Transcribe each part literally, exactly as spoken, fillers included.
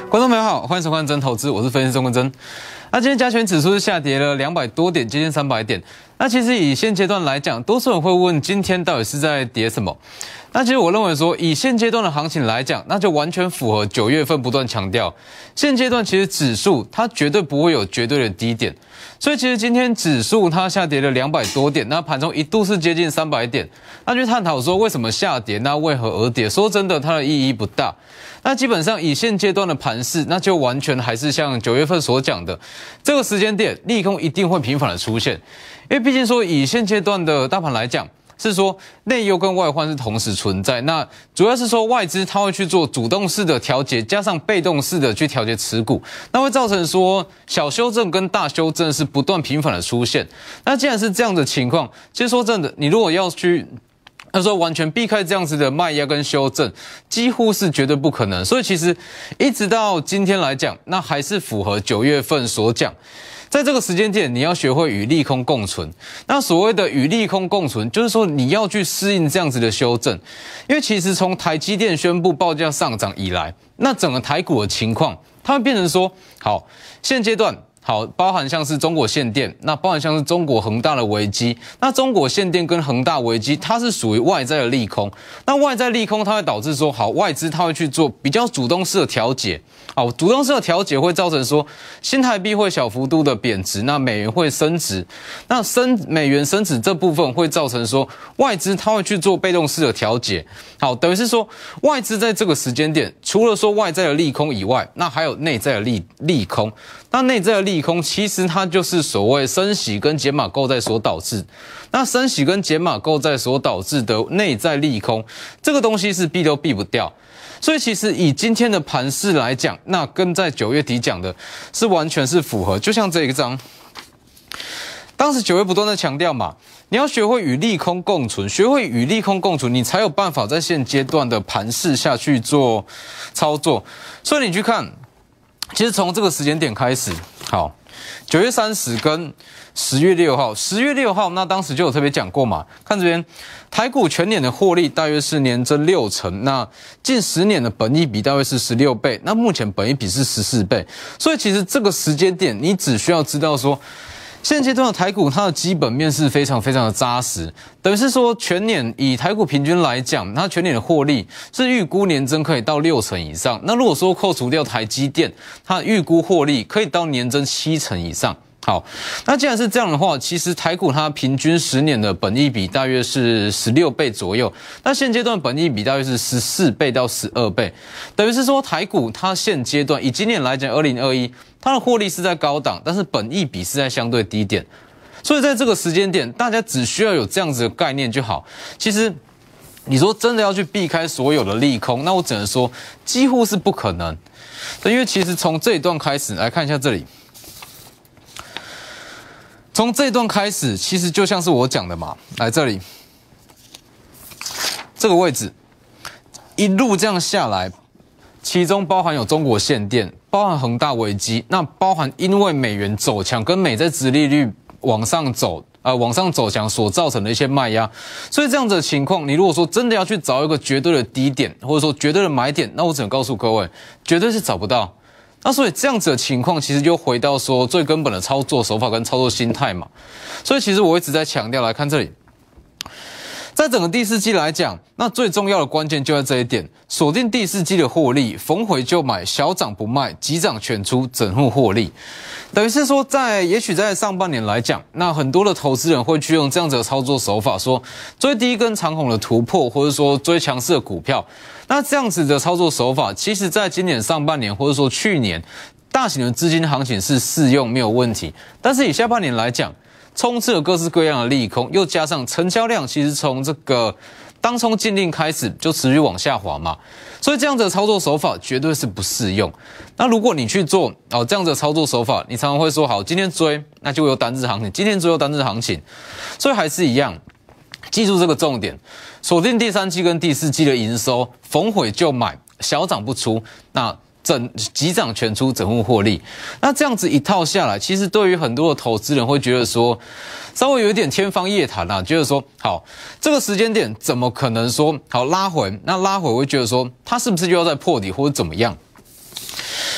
观众朋友好，欢迎收看真投资，我是分析师钟坤真。那今天加权指数是下跌了两百多点，接近三百点。那其实以现阶段来讲，多数人会问今天到底是在跌什么？那其实我认为说，以现阶段的行情来讲，那就完全符合九月份不断强调，现阶段其实指数它绝对不会有绝对的低点。所以其实今天指数它下跌了两百多点，那盘中一度是接近三百点，那去探讨说为什么下跌，那为何而跌？说真的，它的意义不大。那基本上以现阶段的盘势，那就完全还是像九月份所讲的，这个时间点利空一定会频繁的出现，因为毕竟说以现阶段的大盘来讲，是说内忧跟外患是同时存在，那主要是说外资它会去做主动式的调节，加上被动式的去调节持股，那会造成说小修正跟大修正是不断频繁的出现。那既然是这样的情况，其实说真的，你如果要去那说完全避开这样子的卖压跟修正，几乎是绝对不可能。所以其实一直到今天来讲，那还是符合九月份所讲，在这个时间点，你要学会与利空共存。那所谓的与利空共存，就是说你要去适应这样子的修正。因为其实从台积电宣布报价上涨以来，那整个台股的情况，它会变成说，好，现阶段。好，包含像是中国限电，那包含像是中国恒大的危机，那中国限电跟恒大危机，它是属于外在的利空。那外在利空，它会导致说，好，外资它会去做比较主动式的调节。好，主动式的调节会造成说，新台币会小幅度的贬值，那美元会升值。那升美元升值这部分会造成说，外资它会去做被动式的调节。好，等于是说，外资在这个时间点，除了说外在的利空以外，那还有内在的利利空。那内在的利空，其实它就是所谓升息跟减码购债所导致。那升息跟减码购债所导致的内在利空，这个东西是避都避不掉。所以其实以今天的盘势来讲，那跟在九月底讲的是完全是符合。就像这一张，当时九月不断的强调嘛，你要学会与利空共存，学会与利空共存，你才有办法在现阶段的盘势下去做操作。所以你去看。其实从这个时间点开始，好，九月三十跟十月六号，十月六号那当时就有特别讲过嘛，看这边，台股全年的获利大约是年增六成，那近十年的本益比大约是十六倍，那目前本益比是十四倍，所以其实这个时间点，你只需要知道说。现阶段的台股，它的基本面是非常非常的扎实，等于是说全年以台股平均来讲，它全年的获利是预估年增可以到六成以上。那如果说扣除掉台积电，它预估获利可以到年增七成以上。好，那既然是这样的话，其实台股它平均十年的本益比大约是十六倍左右，那现阶段本益比大约是十四倍到十二倍，等于是说台股它现阶段以今年来讲，二零二一它的获利是在高档，但是本益比是在相对低点，所以在这个时间点，大家只需要有这样子的概念就好。其实你说真的要去避开所有的利空，那我只能说几乎是不可能，因为其实从这一段开始来看一下这里。从这一段开始，其实就像是我讲的嘛，来这里，这个位置一路这样下来，其中包含有中国限电，包含恒大危机，那包含因为美元走强跟美债殖利率往上走，呃往上走强所造成的一些卖压，所以这样子的情况，你如果说真的要去找一个绝对的低点，或者说绝对的买点，那我只能告诉各位，绝对是找不到。那所以这样子的情况，其实就回到说最根本的操作手法跟操作心态嘛。所以其实我一直在强调，来看这里，在整个第四季来讲，那最重要的关键就在这一点，锁定第四季的获利，逢回就买，小涨不卖，急涨全出，整户获利。等于是说在，也许在上半年来讲，那很多的投资人会去用这样子的操作手法，说追低跟长虹的突破，或者说追强势的股票。那这样子的操作手法，其实在今年上半年或者说去年，大型的资金行情是适用没有问题。但是以下半年来讲，充斥了各式各样的利空，又加上成交量其实从这个当冲禁令开始就持续往下滑嘛，所以这样子的操作手法绝对是不适用。那如果你去做哦这样子的操作手法，你常常会说好，今天追那就有单日行情，今天追有单日行情，所以还是一样。记住这个重点，锁定第三季跟第四季的营收，逢回就买，小涨不出，那整急涨全出，整户获利。那这样子一套下来，其实对于很多的投资人会觉得说，稍微有一点天方夜谭啊，觉得说，好，这个时间点怎么可能说好拉回？那拉回我会觉得说，它是不是又要再破底或者怎么样？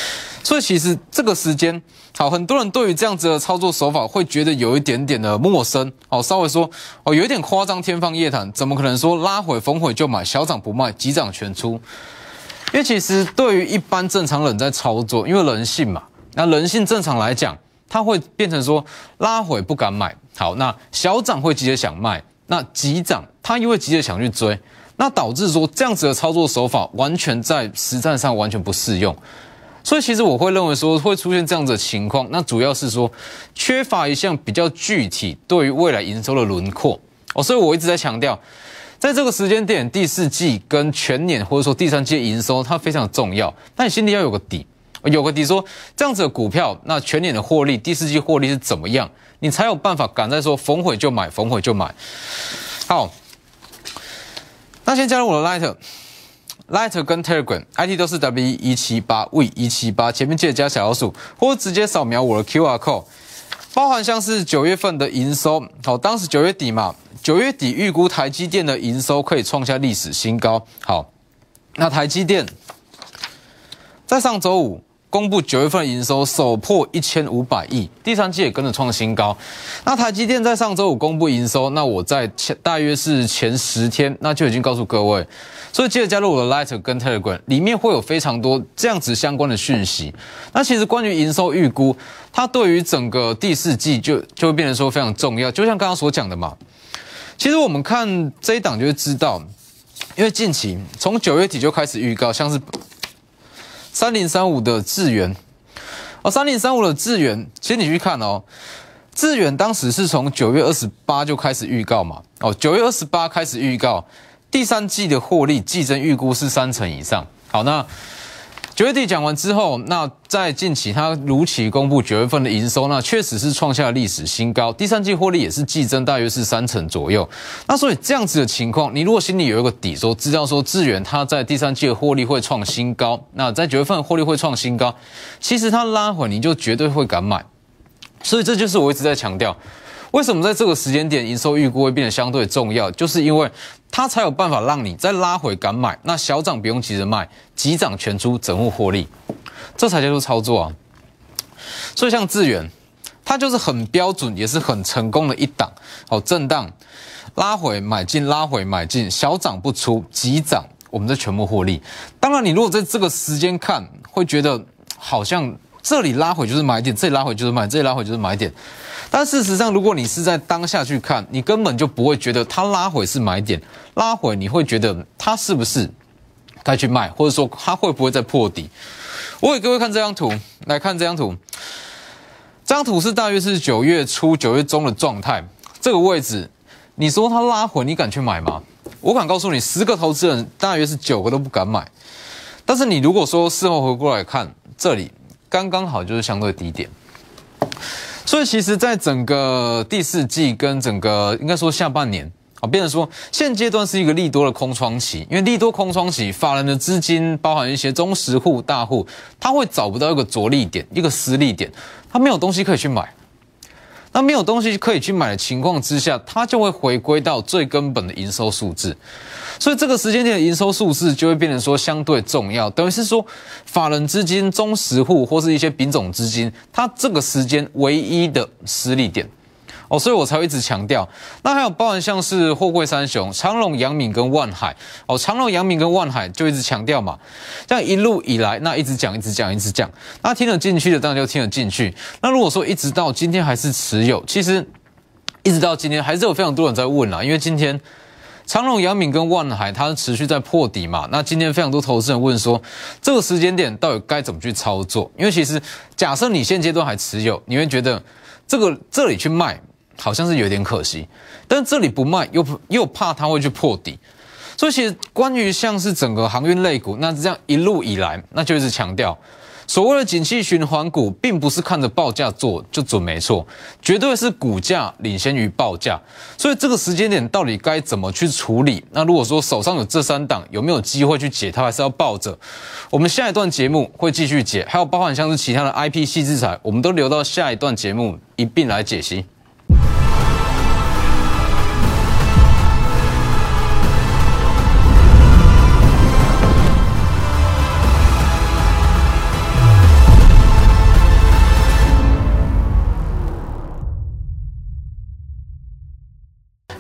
所以其实这个时间，好，很多人对于这样子的操作手法会觉得有一点点的陌生，哦，稍微说哦有一点夸张，天方夜谭，怎么可能说拉回逢回就买，小涨不卖，急涨全出？因为其实对于一般正常人在操作，因为人性嘛，那人性正常来讲，它会变成说拉回不敢买，好，那小涨会急着想卖，那急涨它又会急着想去追，那导致说这样子的操作手法完全在实战上完全不适用。所以其实我会认为说会出现这样子的情况，那主要是说缺乏一项比较具体对于未来营收的轮廓哦，所以我一直在强调，在这个时间点，第四季跟全年或者说第三季的营收它非常重要，但你心里要有个底，有个底说这样子的股票，那全年的获利、第四季获利是怎么样，你才有办法赶在说逢回就买，逢回就买。好，那先加入我的 Light。Light 跟 Telegram，I D 都是 W 一七八 V 一七八，前面记得加小老鼠，或者直接扫描我的 Q R code， 包含像是九月份的营收，好，当时九月底嘛，九月底预估台积电的营收可以创下历史新高，好，那台积电在上周五公布九月份的营收首破一千五百亿，第三季也跟着创新高。那台积电在上周五公布营收，那我在前大约是前十天，那就已经告诉各位，所以记得加入我的 Light 跟 Telegram， 里面会有非常多这样子相关的讯息。那其实关于营收预估，它对于整个第四季就就会变成说非常重要，就像刚刚所讲的嘛。其实我们看这一档就会知道，因为近期从九月底就开始预告，像是三零三五的智原，哦，三零三五的智原，其实你去看哦，智原当时是从九月二十八就开始预告嘛，哦，九月二十八开始预告，第三季的获利季增预估是三成以上。好，那九月底讲完之后，那在近期它如期公布九月份的营收，那确实是创下历史新高，第三季获利也是季增大约是三成左右。那所以这样子的情况，你如果心里有一个底，说知道说智原它在第三季的获利会创新高，那在九月份的获利会创新高，其实它拉回你就绝对会敢买。所以这就是我一直在强调，为什么在这个时间点营收预估会变得相对重要，就是因为它才有办法让你再拉回敢买，那小涨不用急着卖，急涨全出整户获利，这才叫做操作啊。所以像智原，它就是很标准也是很成功的一档，好，震荡拉回买进，拉回买进，小涨不出，急涨我们这全部获利。当然你如果在这个时间看，会觉得好像这里拉回就是买点，这里拉回就是买，这里拉回就是买点。但事实上，如果你是在当下去看，你根本就不会觉得它拉回是买点，拉回你会觉得它是不是该去卖，或者说它会不会再破底。我给各位看这张图，来看这张图，这张图是大约是九月初、九月中的状态，这个位置，你说它拉回，你敢去买吗？我敢告诉你，十个投资人大约是九个都不敢买。但是你如果说事后回过来看，这里刚刚好就是相对低点。所以其实在整个第四季跟整个应该说下半年啊，变成说现阶段是一个利多的空窗期，因为利多空窗期，法人的资金包含一些中实户、大户，他会找不到一个着力点、一个施力点，他没有东西可以去买。那没有东西可以去买的情况之下，它就会回归到最根本的营收数字，所以这个时间点的营收数字就会变成说相对重要，等于是说法人资金、中实户或是一些品种资金，它这个时间唯一的施力点。哦，所以我才会一直强调。那还有包含像是货柜三雄、长荣、阳明跟万海。哦，长荣、阳明跟万海就一直强调嘛，这样一路以来，那一直讲、一直讲、一直讲，那听得进去的当然就听得进去。那如果说一直到今天还是持有，其实一直到今天还是有非常多人在问啦，因为今天长荣、阳明跟万海它持续在破底嘛，那今天非常多投资人问说，这个时间点到底该怎么去操作？因为其实假设你现阶段还持有，你会觉得这个这里去卖好像是有点可惜，但这里不卖又又怕它会去破底，所以其实关于像是整个航运类股，那这样一路以来，那就一直强调，所谓的景气循环股，并不是看着报价做就准没错，绝对是股价领先于报价。所以这个时间点到底该怎么去处理？那如果说手上有这三档，有没有机会去解套，还是要抱着？我们下一段节目会继续解，还有包含像是其他的 I P 矽智财，我们都留到下一段节目一并来解析。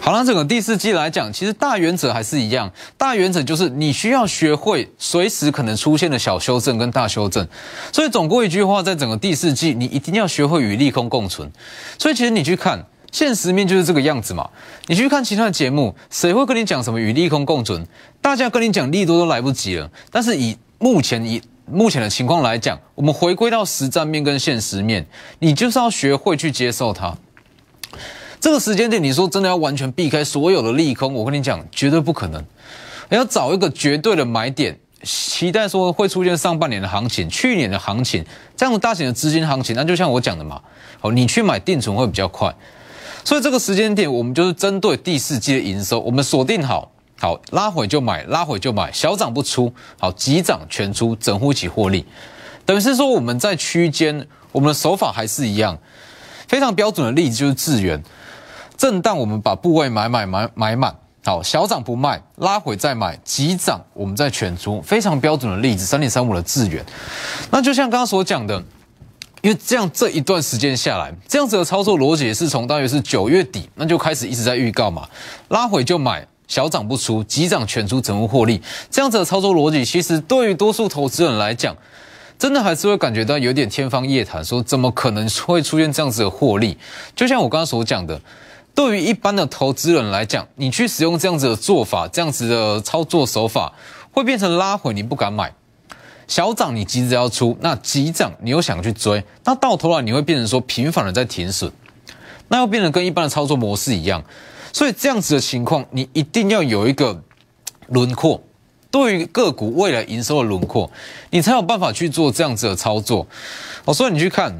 好，那整个第四季来讲，其实大原则还是一样，大原则就是你需要学会随时可能出现的小修正跟大修正。所以总归一句话，在整个第四季，你一定要学会与利空共存。所以其实你去看现实面就是这个样子嘛。你去看其他的节目，谁会跟你讲什么与利空共存？大家跟你讲利多都来不及了。但是以目前以目前的情况来讲，我们回归到实战面跟现实面，你就是要学会去接受它。这个时间点，你说真的要完全避开所有的利空，我跟你讲，绝对不可能。要找一个绝对的买点，期待说会出现上半年的行情、去年的行情，这样的大型的资金行情，那就像我讲的嘛，好，你去买定存会比较快。所以这个时间点，我们就是针对第四季的营收，我们锁定好，好拉回就买，拉回就买，小涨不出，好急涨全出，整户起获利。等于是说我们在区间，我们的手法还是一样，非常标准的例子就是智原。震荡我们把部位买买买买满，好小涨不卖，拉回再买，急涨我们再全出，非常标准的例子，三点三五的智原。那就像刚刚所讲的，因为这样这一段时间下来，这样子的操作逻辑也是从大约是九月底，那就开始一直在预告嘛，拉回就买，小涨不出，急涨全出，整户获利，这样子的操作逻辑，其实对于多数投资人来讲，真的还是会感觉到有点天方夜谭，说怎么可能会出现这样子的获利？就像我刚刚所讲的。对于一般的投资人来讲，你去使用这样子的做法，这样子的操作手法，会变成拉回你不敢买，小涨你急着要出，那急涨你又想去追，那到头来你会变成说频繁的在停损，那又变成跟一般的操作模式一样。所以这样子的情况，你一定要有一个轮廓，对于个股未来营收的轮廓，你才有办法去做这样子的操作。哦，所以你去看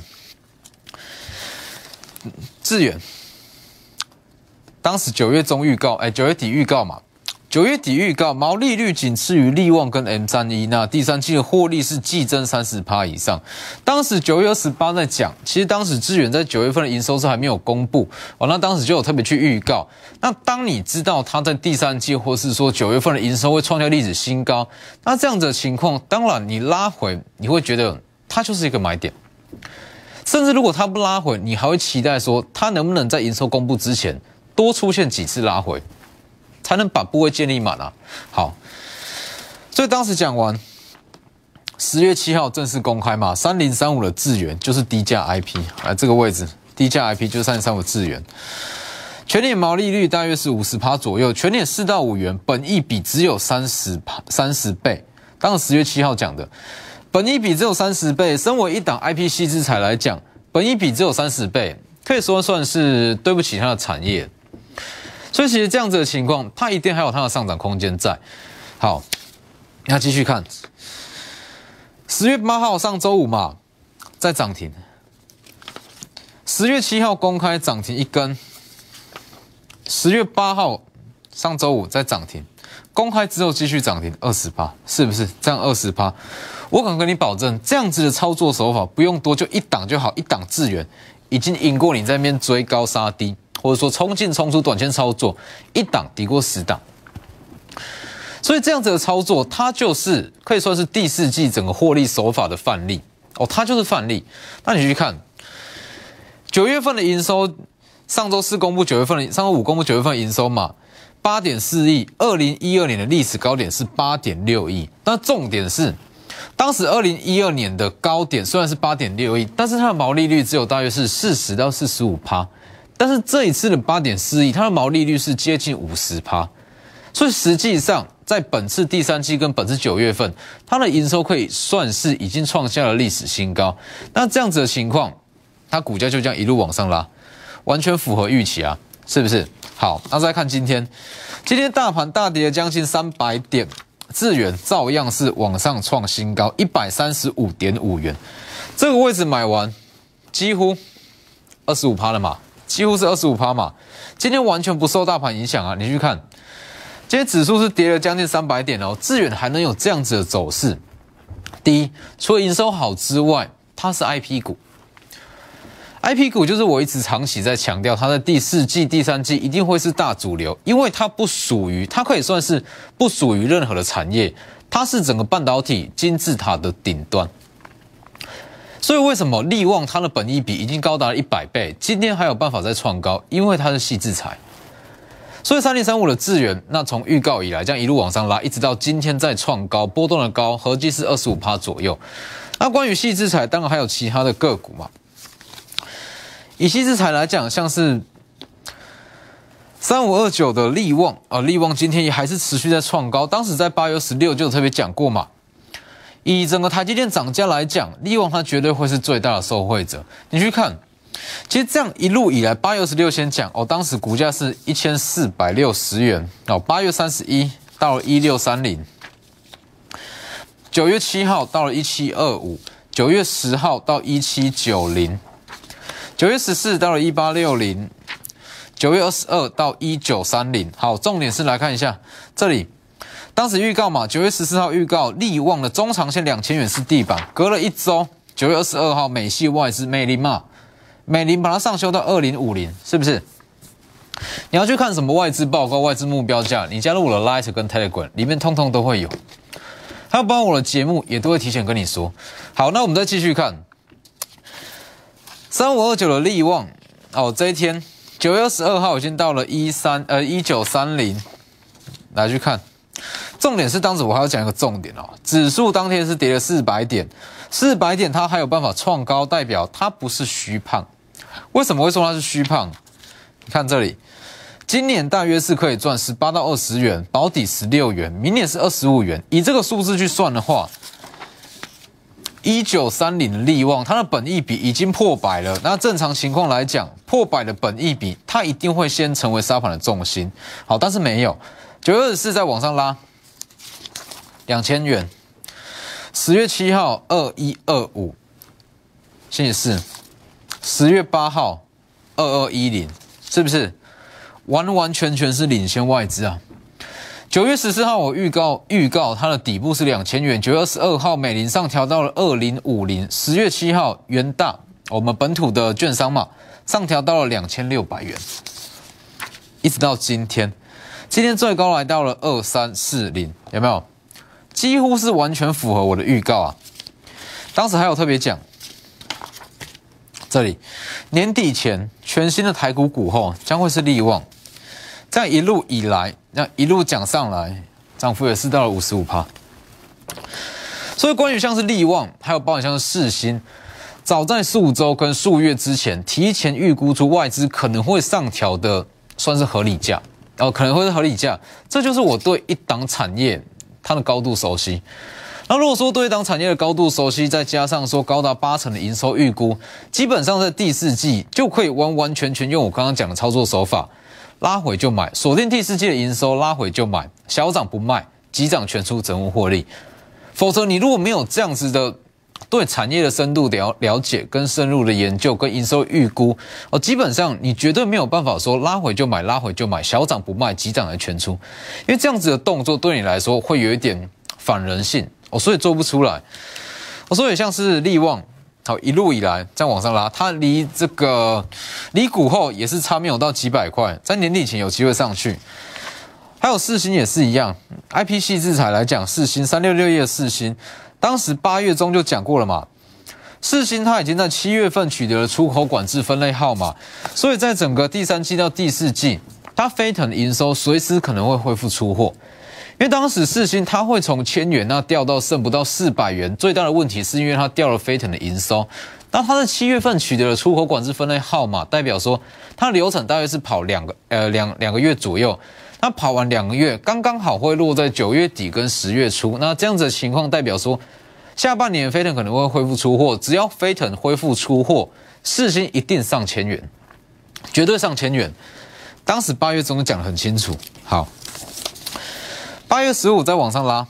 智原。当时九月中预告，哎，九月底预告嘛，九月底预告毛利率仅次于力旺跟 M 三十一， 那第三季的获利是季增 百分之三十 以上。当时九月二十八在讲，其实当时智原在九月份的营收是还没有公布，哦，那当时就有特别去预告。那当你知道它在第三季或是说九月份的营收会创下历史新高，那这样子的情况，当然你拉回，你会觉得它就是一个买点。甚至如果它不拉回，你还会期待说它能不能在营收公布之前多出现几次拉回，才能把部位建立满啊。好，所以当时讲完，十月七号正式公开嘛，三零三五的智原就是低价 I P， 来这个位置，低价 I P 就是三零三五智原，全年毛利率大约是 百分之五十 左右，全年四到五元，本益比只有三十 三十倍。当时十月七号讲的，本益比只有三十倍，身为一档 I P 矽智财来讲，本益比只有三十倍，可以说算是对不起它的产业。所以其实这样子的情况，它一定还有它的上涨空间在。好，那继续看，十月八号上周五嘛，再涨停。十月七号公开涨停一根，十月八号上周五再涨停，公开之后继续涨停 百分之二十， 是不是？这样 百分之二十， 我敢跟你保证，这样子的操作手法不用多，就一档就好，一档智原已经赢过你在那边追高杀低。或者说冲进冲出短线操作，一档抵过十档，所以这样子的操作，它就是可以说是第四季整个获利手法的范例哦，它就是范例。那你去看九月份的营收，上周四公布九月份的，上周五公布九月份的营收嘛， 八点四亿，二零一二年的历史高点是 八点六亿。那重点是，当时二零一二年的高点虽然是 八点六亿，但是它的毛利率只有大约是 百分之四十到百分之四十五。但是这一次的 八点四亿，它的毛利率是接近 百分之五十， 所以实际上在本次第三季跟本次九月份，它的营收可以算是已经创下了历史新高。那这样子的情况，它股价就这样一路往上拉，完全符合预期啊，是不是？好，那再看今天，今天大盘大跌了将近三百点，智原照样是往上创新高 一百三十五点五元，这个位置买完，几乎 百分之二十五 了嘛。几乎是 百分之二十五 嘛，今天完全不受大盘影响啊！你去看，今天指数是跌了将近三百点哦，智原还能有这样子的走势。第一，除了营收好之外，它是 I P 股 ，I P 股就是我一直长期在强调，它在第四季、第三季一定会是大主流，因为它不属于，它可以算是不属于任何的产业，它是整个半导体金字塔的顶端。所以为什么力旺它的本益比已经高达了一百倍，今天还有办法再创高？因为它是矽智财。 所以三零三五的智原，那从预告以来这样一路往上拉，一直到今天再创高，波动的高，合计是 百分之二十五 左右。那关于矽智财，当然还有其他的个股嘛。以矽智财来讲，像是三五二九的力旺啊，力旺今天也还是持续在创高，当时在八月十六就特别讲过嘛。以整个台积电涨价来讲，力旺它绝对会是最大的受惠者。你去看，其实这样一路以来，八月十六先讲哦，当时股价是一千四百六十元哦，八月三十一到了一六三零，九月七号到了一七二五，九月十号到一七九零，九月十四到了一八六零，九月二十二到一九三零。好，重点是来看一下这里。当时预告嘛，九月十四号预告力旺的中长线两千元是地板，隔了一周，九月二十二号美系外资美林嘛，美林把它上修到二零五零，是不是？你要去看什么外资报告、外资目标价，你加入我的 Light 跟 Telegram 里面通通都会有，还有包括我的节目也都会提前跟你说。好，那我们再继续看三五二九的力旺哦，这一天九月二十二号已经到了一三呃一九三零，来去看。重点是当时我还要讲一个重点哦，指数当天是跌了四百点，四百点它还有办法创高，代表它不是虚胖。为什么会说它是虚胖？你看这里，今年大约是可以赚十八到二十元，保底十六元，明年是二十五元。以这个数字去算的话，一九三零的力旺，它的本益比已经破百了。那正常情况来讲，破百的本益比，它一定会先成为沙盘的重心。好，但是没有。九月二十四再往上拉两千元，十月七号二一二五，星期四，十月八号二二一零，是不是完完全全是领先外资啊？九月十四号我预告预告它的底部是两千元，九月二十二号美林上调到了二零五零，十月七号元大我们本土的券商嘛上调到了两千六百元，一直到今天。今天最高来到了二三四零，有没有？几乎是完全符合我的预告啊！当时还有特别讲，这里年底前全新的台股股后将会是力旺，这样一路以来，那一路讲上来，涨幅也是到了 百分之五十五。所以关于像是力旺，还有包含像是世新，早在数周跟数月之前，提前预估出外资可能会上调的，算是合理价。哦，可能会是合理价，这就是我对一档产业它的高度熟悉。那如果说对一档产业的高度熟悉，再加上说高达八成的营收预估，基本上在第四季就可以完完全全用我刚刚讲的操作手法，拉回就买，锁定第四季的营收，拉回就买，小涨不卖，急涨全出，整户获利。否则你如果没有这样子的对产业的深度了了解跟深入的研究跟营收预估哦，基本上你绝对没有办法说拉回就买，拉回就买，小涨不卖，急涨来全出，因为这样子的动作对你来说会有一点反人性哦，所以做不出来。哦，所以像是力旺，好一路以来这样往上拉，它离这个离股后也是差没有到几百块，在年底前有机会上去。还有世新也是一样 ，I P 矽智财来讲，世新三六六一的世新。当时八月中就讲过了嘛，世新它已经在七月份取得了出口管制分类号码，所以在整个第三季到第四季，它飞腾的营收随时可能会恢复出货。因为当时世新它会从千元那掉到剩不到四百元，最大的问题是因为它掉了飞腾的营收。那它在七月份取得了出口管制分类号码，代表说它的流程大约是跑两个呃两两个月左右。那跑完两个月，刚刚好会落在九月底跟十月初。那这样子的情况代表说，下半年飞腾可能会恢复出货。只要飞腾恢复出货，世新一定上千元，绝对上千元。当时八月中讲得很清楚。好，八月十五再往上拉，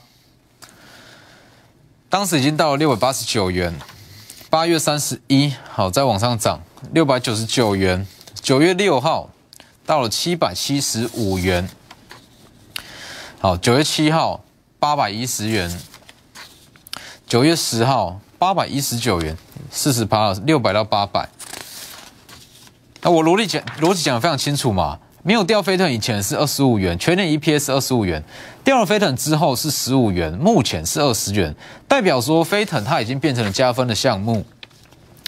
当时已经到了六百八十九元。八月三十一，好再往上涨，六百九十九元。九月六号到了七百七十五元。好，九月七号八百一十元，九月十号八百一十九元，四十趴，六百到八百。那我逻辑讲逻辑讲得非常清楚嘛，没有掉飞腾以前是二十五元，全年 E P S 二十五元，掉了飞腾之后是十五元，目前是二十元，代表说飞腾它已经变成了加分的项目。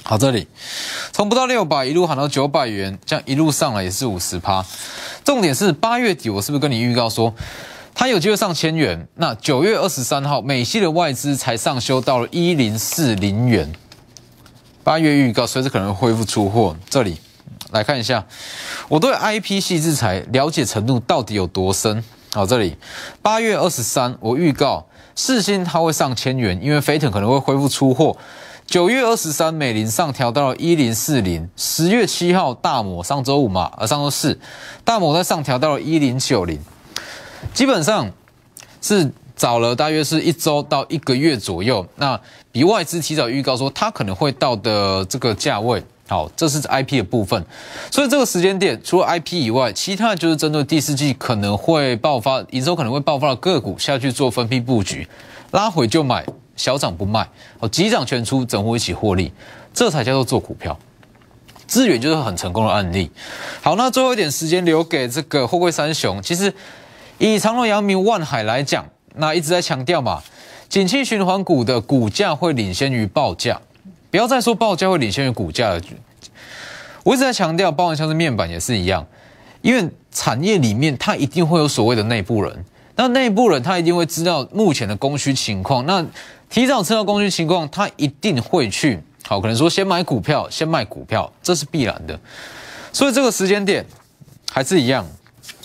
好，这里从不到六百一路喊到九百元，这样一路上来也是 百分之五十。重点是八月底，我是不是跟你预告说它有机会上千元？那九月二十三号，美系的外资才上修到了一零四零元。八月预告，随时可能恢复出货。这里来看一下，我对 I P 矽智财了解程度到底有多深？好，这里八月二十三，我预告世芯它会上千元，因为飞腾可能会恢复出货。九月二十三，美林上调到了一零四零。十月七号，大摩上周五嘛，呃，上周四，大摩再上调到了一零九零。基本上是早了大约是一周到一个月左右，那比外资提早预告说它可能会到的这个价位。好，这是 I P 的部分，所以这个时间点除了 I P 以外，其他就是针对第四季可能会爆发营收可能会爆发的个股下去做分批布局，拉回就买，小涨不卖，好，急涨全出，整户一起获利，这才叫做做股票。资源就是很成功的案例。好，那最后一点时间留给这个货柜三雄，其实以长荣、阳明、万海来讲，那一直在强调嘛，景气循环股的股价会领先于报价。不要再说报价会领先于股价了，我一直在强调，包含像是面板也是一样，因为产业里面它一定会有所谓的内部人，那内部人他一定会知道目前的供需情况，那提早知道供需情况，他一定会去，好，可能说先买股票，先卖股票，这是必然的，所以这个时间点还是一样。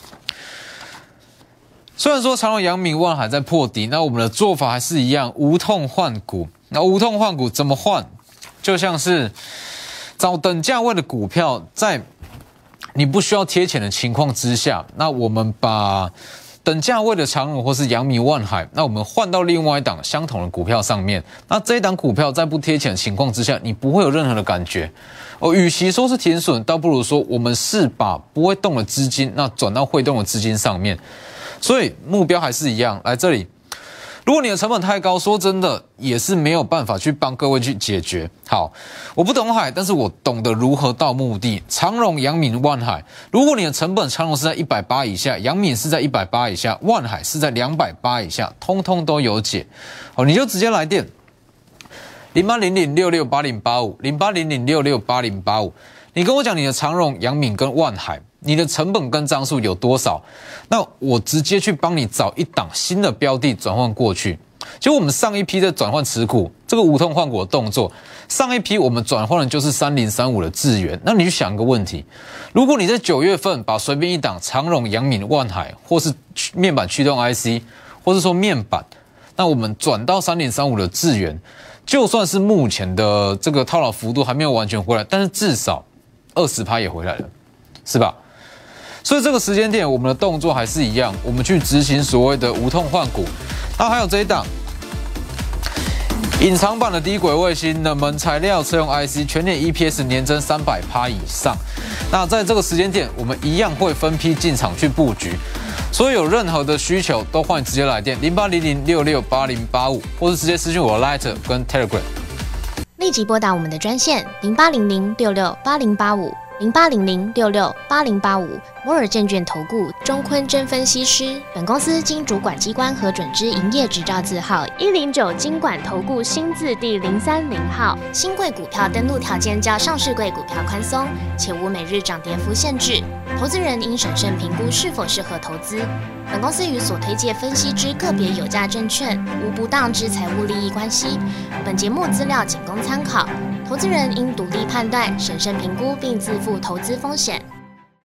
虽然说长荣、阳明、万海在破底，那我们的做法还是一样，无痛换股。那无痛换股怎么换？就像是找等价位的股票，在你不需要贴钱的情况之下，那我们把等价位的长荣或是阳明、万海，那我们换到另外一档相同的股票上面。那这一档股票在不贴钱的情况之下，你不会有任何的感觉。哦，与其说是停损，倒不如说我们是把不会动的资金，那转到会动的资金上面。所以目标还是一样，来这里。如果你的成本太高，说真的也是没有办法去帮各位去解决。好，我不懂海，但是我懂得如何到目的。长荣、阳明、万海，如果你的成本长荣是在一百八以下，阳明是在一百八以下，万海是在两百八以下，通通都有解。好，你就直接来电零八零零六六八零八五 零八零零六六八零八五，你跟我讲你的长荣、阳明跟万海，你的成本跟张数有多少？那我直接去帮你找一档新的标的转换过去。就我们上一批在转换持股，这个无痛换股的动作，上一批我们转换的就是三零三五的智原。那你去想一个问题，如果你在九月份把随便一档长荣、阳明、万海，或是面板驱动 I C， 或是说面板，那我们转到三零三五的智原，就算是目前的这个套牢幅度还没有完全回来，但是至少 百分之二十 也回来了，是吧？所以这个时间点，我们的动作还是一样，我们去执行所谓的无痛换股。那还有这一档隐藏版的低轨卫星冷门材料车用 I C， 全年 E P S 年增 百分之三百 以上。那在这个时间点，我们一样会分批进场去布局。所以有任何的需求，都欢迎直接来电零八零零六六八零八五，或是直接私讯我的 Line 跟 Telegram。 立即拨打我们的专线零八零零六六八零八五。零八零零六六八零八五摩尔证券投顾钟坤真分析师，本公司经主管机关核准之营业执照字号一零九金管投顾新字第零三零号。新贵股票登录条件较上市贵股票宽松，且无每日涨跌幅限制。投资人应审慎评估是否适合投资。本公司与所推介分析之个别有价证券无不当之财务利益关系。本节目资料仅供参考，投资人应独立判断、审慎评估并自负投资风险。